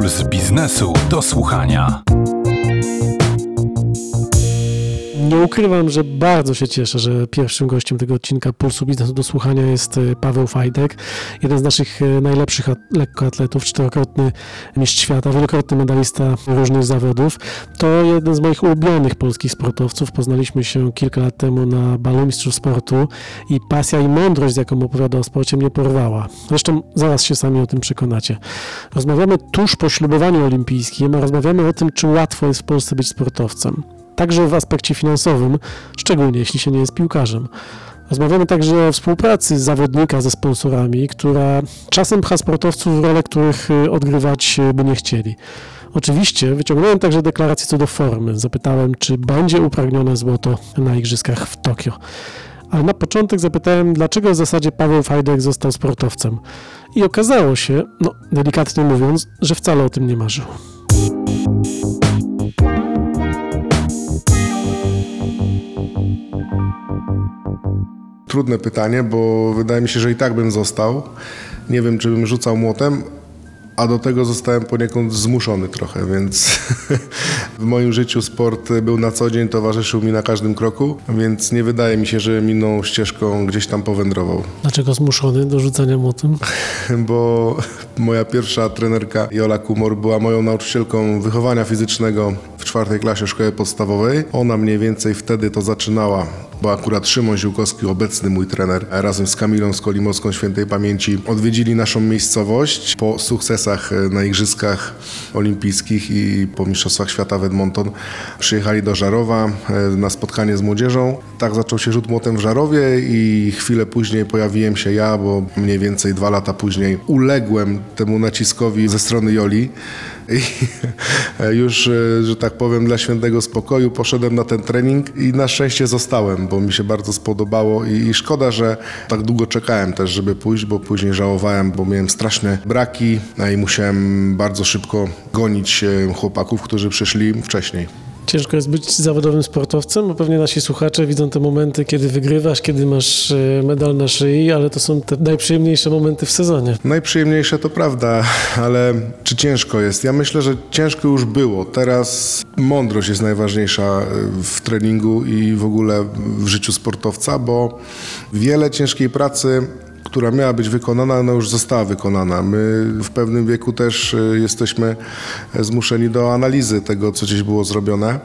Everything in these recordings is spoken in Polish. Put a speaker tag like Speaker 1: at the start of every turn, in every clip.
Speaker 1: Puls biznesu do słuchania.
Speaker 2: Nie ukrywam, że bardzo się cieszę, że pierwszym gościem tego odcinka Pulsu Biznesu do słuchania jest Paweł Fajdek, jeden z naszych najlepszych lekkoatletów, 4-krotny mistrz świata, wielokrotny medalista różnych zawodów. To jeden z moich ulubionych polskich sportowców. Poznaliśmy się kilka lat temu na balu mistrzów sportu i pasja i mądrość, z jaką opowiada o sporcie, mnie porwała. Zresztą zaraz się sami o tym przekonacie. Rozmawiamy tuż po ślubowaniu olimpijskim, a rozmawiamy o tym, czy łatwo jest w Polsce być sportowcem. Także w aspekcie finansowym, szczególnie jeśli się nie jest piłkarzem. Rozmawiamy także o współpracy zawodnika ze sponsorami, która czasem pcha sportowców w role, których odgrywać by nie chcieli. Oczywiście wyciągnąłem także deklarację co do formy. Zapytałem, czy będzie upragnione złoto na igrzyskach w Tokio. Ale na początek zapytałem, dlaczego w zasadzie Paweł Fajdek został sportowcem. I okazało się, delikatnie mówiąc, że wcale o tym nie marzył.
Speaker 3: Trudne pytanie, bo wydaje mi się, że i tak bym został. Nie wiem, czy bym rzucał młotem, a do tego zostałem poniekąd zmuszony trochę, więc w moim życiu sport był na co dzień, towarzyszył mi na każdym kroku, więc nie wydaje mi się, że inną ścieżką gdzieś tam powędrował.
Speaker 2: Dlaczego zmuszony do rzucania młotem?
Speaker 3: Bo moja pierwsza trenerka Jola Kumor była moją nauczycielką wychowania fizycznego w 4. klasie szkoły podstawowej. Ona mniej więcej wtedy to zaczynała, bo akurat Szymon Ziółkowski, obecny mój trener, razem z Kamilą Skolimowską świętej pamięci odwiedzili naszą miejscowość po sukcesach na Igrzyskach Olimpijskich i po Mistrzostwach Świata w Edmonton. Przyjechali do Żarowa na spotkanie z młodzieżą. Tak zaczął się rzut młotem w Żarowie i chwilę później pojawiłem się ja, bo mniej więcej 2 lata później uległem temu naciskowi ze strony Joli. I już, że tak powiem, dla świętego spokoju poszedłem na ten trening i na szczęście zostałem, bo mi się bardzo spodobało i szkoda, że tak długo czekałem też, żeby pójść, bo później żałowałem, bo miałem straszne braki i musiałem bardzo szybko gonić chłopaków, którzy przyszli wcześniej.
Speaker 2: Ciężko jest być zawodowym sportowcem, bo pewnie nasi słuchacze widzą te momenty, kiedy wygrywasz, kiedy masz medal na szyi, ale to są te najprzyjemniejsze momenty w sezonie.
Speaker 3: Najprzyjemniejsze to prawda, ale czy ciężko jest? Ja myślę, że ciężko już było. Teraz mądrość jest najważniejsza w treningu i w ogóle w życiu sportowca, bo wiele ciężkiej pracy, która miała być wykonana, już została wykonana. My w pewnym wieku też jesteśmy zmuszeni do analizy tego, co gdzieś było zrobione.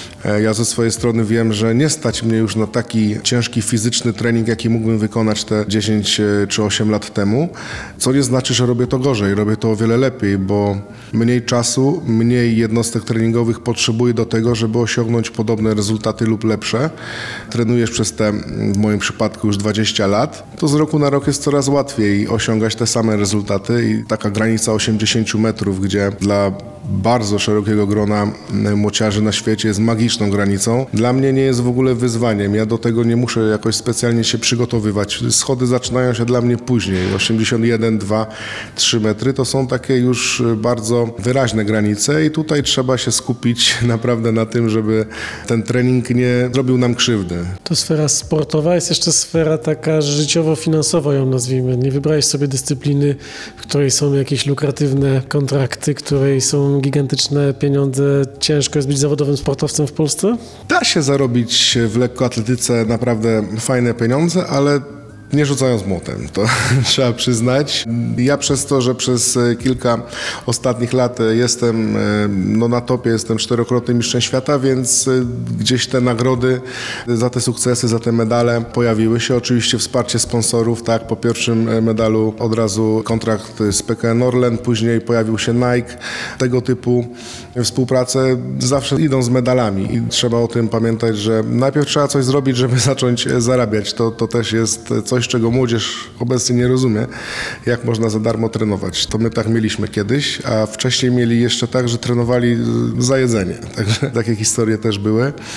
Speaker 3: Ja ze swojej strony wiem, że nie stać mnie już na taki ciężki fizyczny trening, jaki mógłbym wykonać te 10 czy 8 lat temu, co nie znaczy, że robię to gorzej, robię to o wiele lepiej, bo mniej czasu, mniej jednostek treningowych potrzebuję do tego, żeby osiągnąć podobne rezultaty lub lepsze. Trenujesz przez te, w moim przypadku już 20 lat, to z roku na rok jest coraz łatwiej osiągać te same rezultaty i taka granica 80 metrów, gdzie dla bardzo szerokiego grona młociarzy na świecie jest magiczną granicą. Dla mnie nie jest w ogóle wyzwaniem. Ja do tego nie muszę jakoś specjalnie się przygotowywać. Schody zaczynają się dla mnie później. 81, 2, 3 metry to są takie już bardzo wyraźne granice i tutaj trzeba się skupić naprawdę na tym, żeby ten trening nie zrobił nam krzywdy.
Speaker 2: To sfera sportowa, jest jeszcze sfera taka życiowo-finansowa, ją nazwijmy. Nie wybrałeś sobie dyscypliny, w której są jakieś lukratywne kontrakty, w której są gigantyczne pieniądze. Ciężko jest być zawodowym sportowcem w Polsce?
Speaker 3: Da się zarobić w lekkoatletyce naprawdę fajne pieniądze, ale nie rzucając młotem, to trzeba przyznać. Ja przez to, że przez kilka ostatnich lat jestem na topie, jestem 4-krotnym mistrzem świata, więc gdzieś te nagrody za te sukcesy, za te medale pojawiły się. Oczywiście wsparcie sponsorów, tak, po pierwszym medalu od razu kontrakt z PKN Orlen, później pojawił się Nike. Tego typu współprace zawsze idą z medalami i trzeba o tym pamiętać, że najpierw trzeba coś zrobić, żeby zacząć zarabiać. To też jest coś, czego młodzież obecnie nie rozumie, jak można za darmo trenować. To my tak mieliśmy kiedyś, a wcześniej mieli jeszcze tak, że trenowali za jedzenie. Także takie historie też były.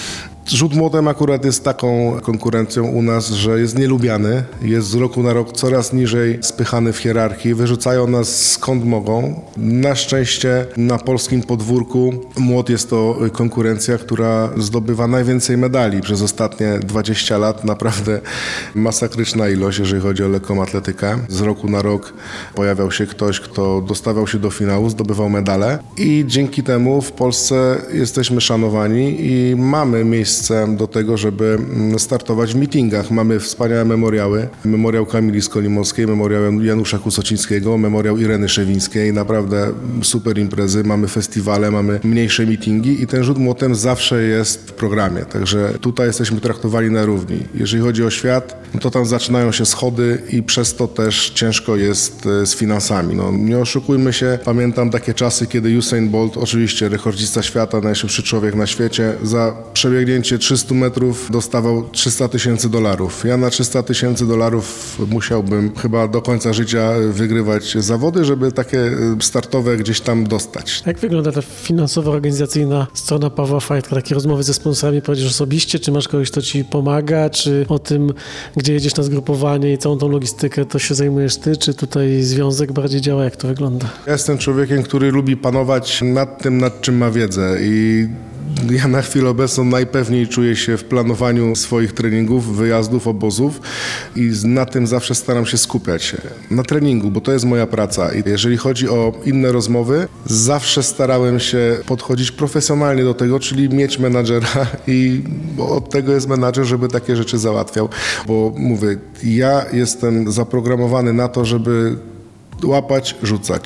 Speaker 3: Rzut młotem akurat jest taką konkurencją u nas, że jest nielubiany, jest z roku na rok coraz niżej spychany w hierarchii, wyrzucają nas skąd mogą. Na szczęście na polskim podwórku młot jest to konkurencja, która zdobywa najwięcej medali przez ostatnie 20 lat. Naprawdę masakryczna ilość, jeżeli chodzi o lekką atletykę. Z roku na rok pojawiał się ktoś, kto dostawał się do finału, zdobywał medale i dzięki temu w Polsce jesteśmy szanowani i mamy miejsce do tego, żeby startować w meetingach. Mamy wspaniałe memoriały. Memoriał Kamili Skolimowskiej, memoriał Janusza Kusocińskiego, memoriał Ireny Szewińskiej. Naprawdę super imprezy. Mamy festiwale, mamy mniejsze meetingi i ten rzut młotem zawsze jest w programie. Także tutaj jesteśmy traktowani na równi. Jeżeli chodzi o świat, to tam zaczynają się schody i przez to też ciężko jest z finansami. No, nie oszukujmy się. Pamiętam takie czasy, kiedy Usain Bolt, oczywiście rekordista świata, najszybszy człowiek na świecie, za przebiegnięcie 300 metrów dostawał $300,000. Ja na $300,000 musiałbym chyba do końca życia wygrywać zawody, żeby takie startowe gdzieś tam dostać.
Speaker 2: Jak wygląda ta finansowo-organizacyjna strona Pawła Fajtka? Takie rozmowy ze sponsorami prowadzisz osobiście? Czy masz kogoś, kto ci pomaga? Czy o tym, gdzie jedziesz na zgrupowanie i całą tą logistykę, to się zajmujesz ty? Czy tutaj związek bardziej działa? Jak to wygląda?
Speaker 3: Ja jestem człowiekiem, który lubi panować nad tym, nad czym ma wiedzę i ja na chwilę obecną najpewniej czuję się w planowaniu swoich treningów, wyjazdów, obozów i na tym zawsze staram się skupiać. Na treningu, bo to jest moja praca i jeżeli chodzi o inne rozmowy, zawsze starałem się podchodzić profesjonalnie do tego, czyli mieć menadżera i od tego jest menadżer, żeby takie rzeczy załatwiał, bo mówię, ja jestem zaprogramowany na to, żeby łapać,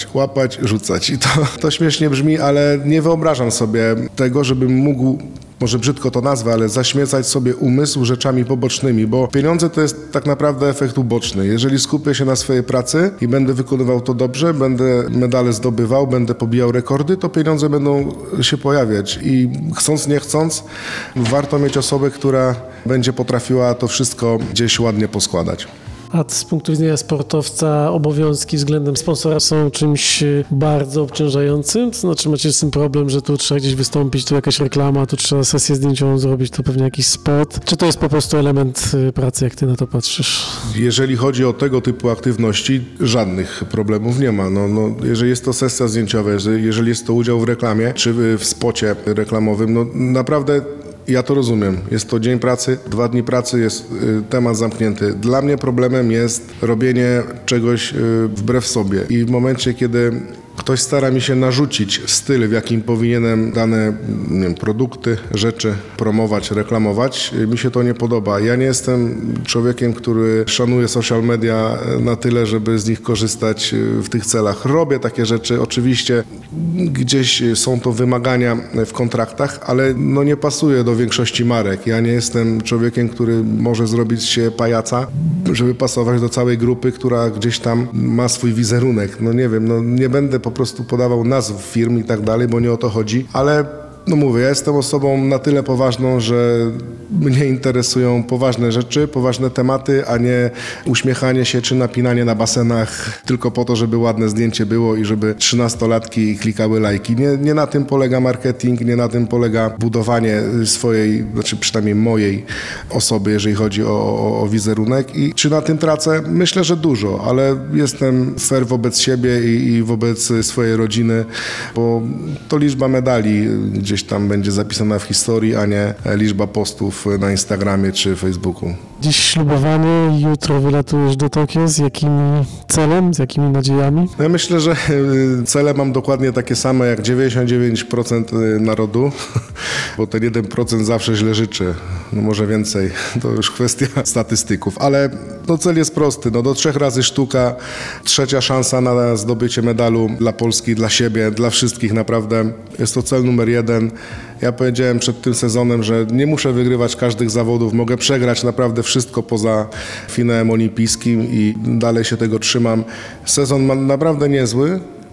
Speaker 3: rzucać. I to śmiesznie brzmi, ale nie wyobrażam sobie tego, żebym mógł, może brzydko to nazwę, ale zaśmiecać sobie umysł rzeczami pobocznymi, bo pieniądze to jest tak naprawdę efekt uboczny. Jeżeli skupię się na swojej pracy i będę wykonywał to dobrze, będę medale zdobywał, będę pobijał rekordy, to pieniądze będą się pojawiać i chcąc, nie chcąc, warto mieć osobę, która będzie potrafiła to wszystko gdzieś ładnie poskładać.
Speaker 2: A z punktu widzenia sportowca obowiązki względem sponsora są czymś bardzo obciążającym? To znaczy macie z tym problem, że tu trzeba gdzieś wystąpić, tu jakaś reklama, tu trzeba sesję zdjęciową zrobić, tu pewnie jakiś spot? Czy to jest po prostu element pracy, jak ty na to patrzysz?
Speaker 3: Jeżeli chodzi o tego typu aktywności, żadnych problemów nie ma. Jeżeli jest to sesja zdjęciowa, jeżeli jest to udział w reklamie, czy w spocie reklamowym, no naprawdę ja to rozumiem. Jest to dzień pracy, 2 dni pracy, jest temat zamknięty. Dla mnie problemem jest robienie czegoś wbrew sobie. I w momencie, kiedy ktoś stara mi się narzucić styl, w jakim powinienem dane produkty, rzeczy promować, reklamować, mi się to nie podoba. Ja nie jestem człowiekiem, który szanuje social media na tyle, żeby z nich korzystać w tych celach. Robię takie rzeczy, oczywiście gdzieś są to wymagania w kontraktach, ale nie pasuje do większości marek. Ja nie jestem człowiekiem, który może zrobić się pajaca, żeby pasować do całej grupy, która gdzieś tam ma swój wizerunek. Nie wiem, nie będę po prostu podawał nazw firm i tak dalej, bo nie o to chodzi, ale mówię, ja jestem osobą na tyle poważną, że mnie interesują poważne rzeczy, poważne tematy, a nie uśmiechanie się czy napinanie na basenach tylko po to, żeby ładne zdjęcie było i żeby 13-latki klikały lajki. Nie na tym polega marketing, nie na tym polega budowanie swojej, znaczy przynajmniej mojej osoby, jeżeli chodzi o wizerunek. I czy na tym tracę? Myślę, że dużo, ale jestem fair wobec siebie i wobec swojej rodziny, bo to liczba medali gdzieś tam będzie zapisana w historii, a nie liczba postów na Instagramie czy Facebooku.
Speaker 2: Dziś ślubowanie, jutro wylatujesz do Tokio. Z jakim celem, z jakimi nadziejami?
Speaker 3: Ja myślę, że cele mam dokładnie takie same jak 99% narodu, bo ten 1% zawsze źle życzy. Może więcej, to już kwestia statystyków, ale cel jest prosty. Do 3 razy sztuka, 3. szansa na zdobycie medalu dla Polski, dla siebie, dla wszystkich naprawdę. Jest to cel numer 1. Ja powiedziałem przed tym sezonem, że nie muszę wygrywać każdych zawodów, mogę przegrać naprawdę wszystko poza finałem olimpijskim i dalej się tego trzymam. Sezon mam naprawdę niezły.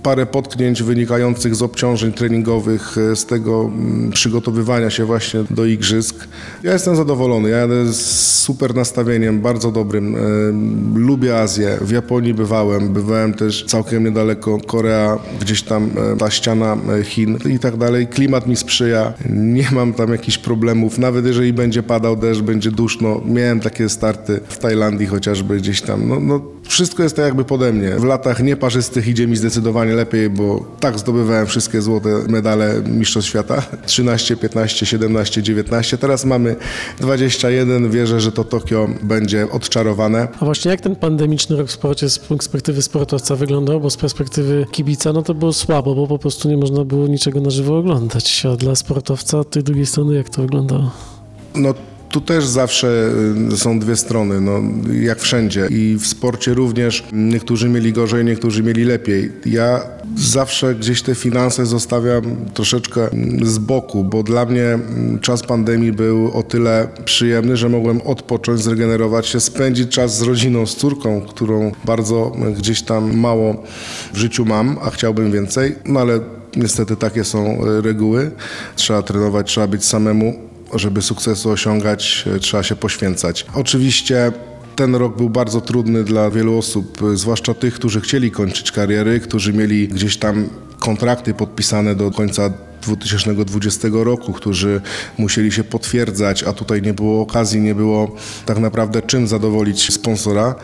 Speaker 3: parę potknięć wynikających z obciążeń treningowych, z tego przygotowywania się właśnie do igrzysk. Ja jestem zadowolony, ja jadę z super nastawieniem, bardzo dobrym. Lubię Azję, w Japonii bywałem też całkiem niedaleko, Korea, gdzieś tam ta ściana Chin i tak dalej. Klimat mi sprzyja, nie mam tam jakichś problemów, nawet jeżeli będzie padał deszcz, będzie duszno. Miałem takie starty w Tajlandii chociażby gdzieś tam. Wszystko jest tak jakby pode mnie. W latach nieparzystych idzie mi zdecydowanie lepiej, bo tak zdobywałem wszystkie złote medale mistrzostw świata. 13, 15, 17, 19. Teraz mamy 21. Wierzę, że to Tokio będzie odczarowane.
Speaker 2: A właśnie jak ten pandemiczny rok w sporcie z perspektywy sportowca wyglądał? Bo z perspektywy kibica to było słabo, bo po prostu nie można było niczego na żywo oglądać. A dla sportowca od tej drugiej strony jak to wyglądało?
Speaker 3: Tu też zawsze są dwie strony, jak wszędzie. I w sporcie również niektórzy mieli gorzej, niektórzy mieli lepiej. Ja zawsze gdzieś te finanse zostawiam troszeczkę z boku, bo dla mnie czas pandemii był o tyle przyjemny, że mogłem odpocząć, zregenerować się, spędzić czas z rodziną, z córką, którą bardzo gdzieś tam mało w życiu mam, a chciałbym więcej. Ale niestety takie są reguły. Trzeba trenować, trzeba być samemu. Żeby sukcesu osiągać, trzeba się poświęcać. Oczywiście ten rok był bardzo trudny dla wielu osób, zwłaszcza tych, którzy chcieli kończyć kariery, którzy mieli gdzieś tam kontrakty podpisane do końca 2020 roku, którzy musieli się potwierdzać, a tutaj nie było okazji, nie było tak naprawdę czym zadowolić sponsora.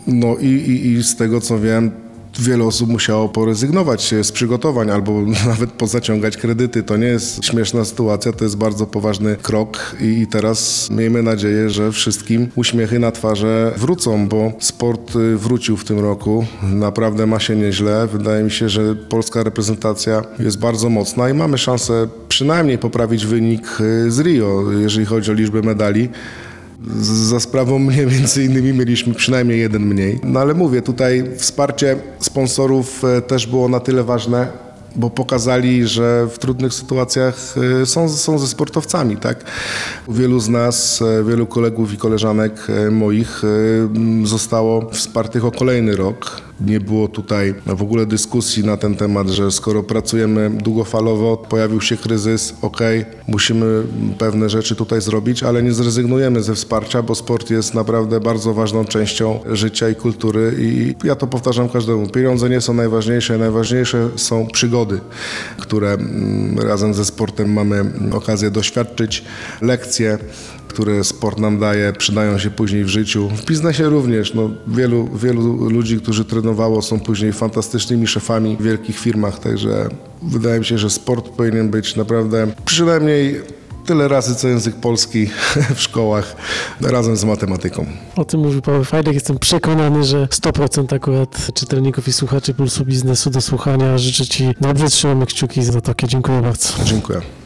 Speaker 3: I z tego co wiem, wiele osób musiało porezygnować z przygotowań albo nawet pozaciągać kredyty. To nie jest śmieszna sytuacja, to jest bardzo poważny krok i teraz miejmy nadzieję, że wszystkim uśmiechy na twarze wrócą, bo sport wrócił w tym roku. Naprawdę ma się nieźle. Wydaje mi się, że polska reprezentacja jest bardzo mocna i mamy szansę przynajmniej poprawić wynik z Rio, jeżeli chodzi o liczbę medali. Za sprawą mnie między innymi mieliśmy przynajmniej jeden mniej. Ale mówię, tutaj wsparcie sponsorów też było na tyle ważne, bo pokazali, że w trudnych sytuacjach są ze sportowcami, tak? Wielu z nas, wielu kolegów i koleżanek moich zostało wspartych o kolejny rok. Nie było tutaj w ogóle dyskusji na ten temat, że skoro pracujemy długofalowo, pojawił się kryzys, musimy pewne rzeczy tutaj zrobić, ale nie zrezygnujemy ze wsparcia, bo sport jest naprawdę bardzo ważną częścią życia i kultury i ja to powtarzam każdemu. Pieniądze nie są najważniejsze, najważniejsze są przygody, które razem ze sportem mamy okazję doświadczyć, lekcje, które sport nam daje, przydają się później w życiu. W biznesie również. Wielu ludzi, którzy trenowało, są później fantastycznymi szefami w wielkich firmach, także wydaje mi się, że sport powinien być naprawdę przynajmniej tyle razy, co język polski w szkołach, razem z matematyką.
Speaker 2: O tym mówił Paweł Fajdek. Jestem przekonany, że 100% akurat czytelników i słuchaczy Pulsu Biznesu do słuchania. Życzę Ci dobrze, trzymamy kciuki za Tokio. Dziękuję bardzo.
Speaker 3: Dziękuję.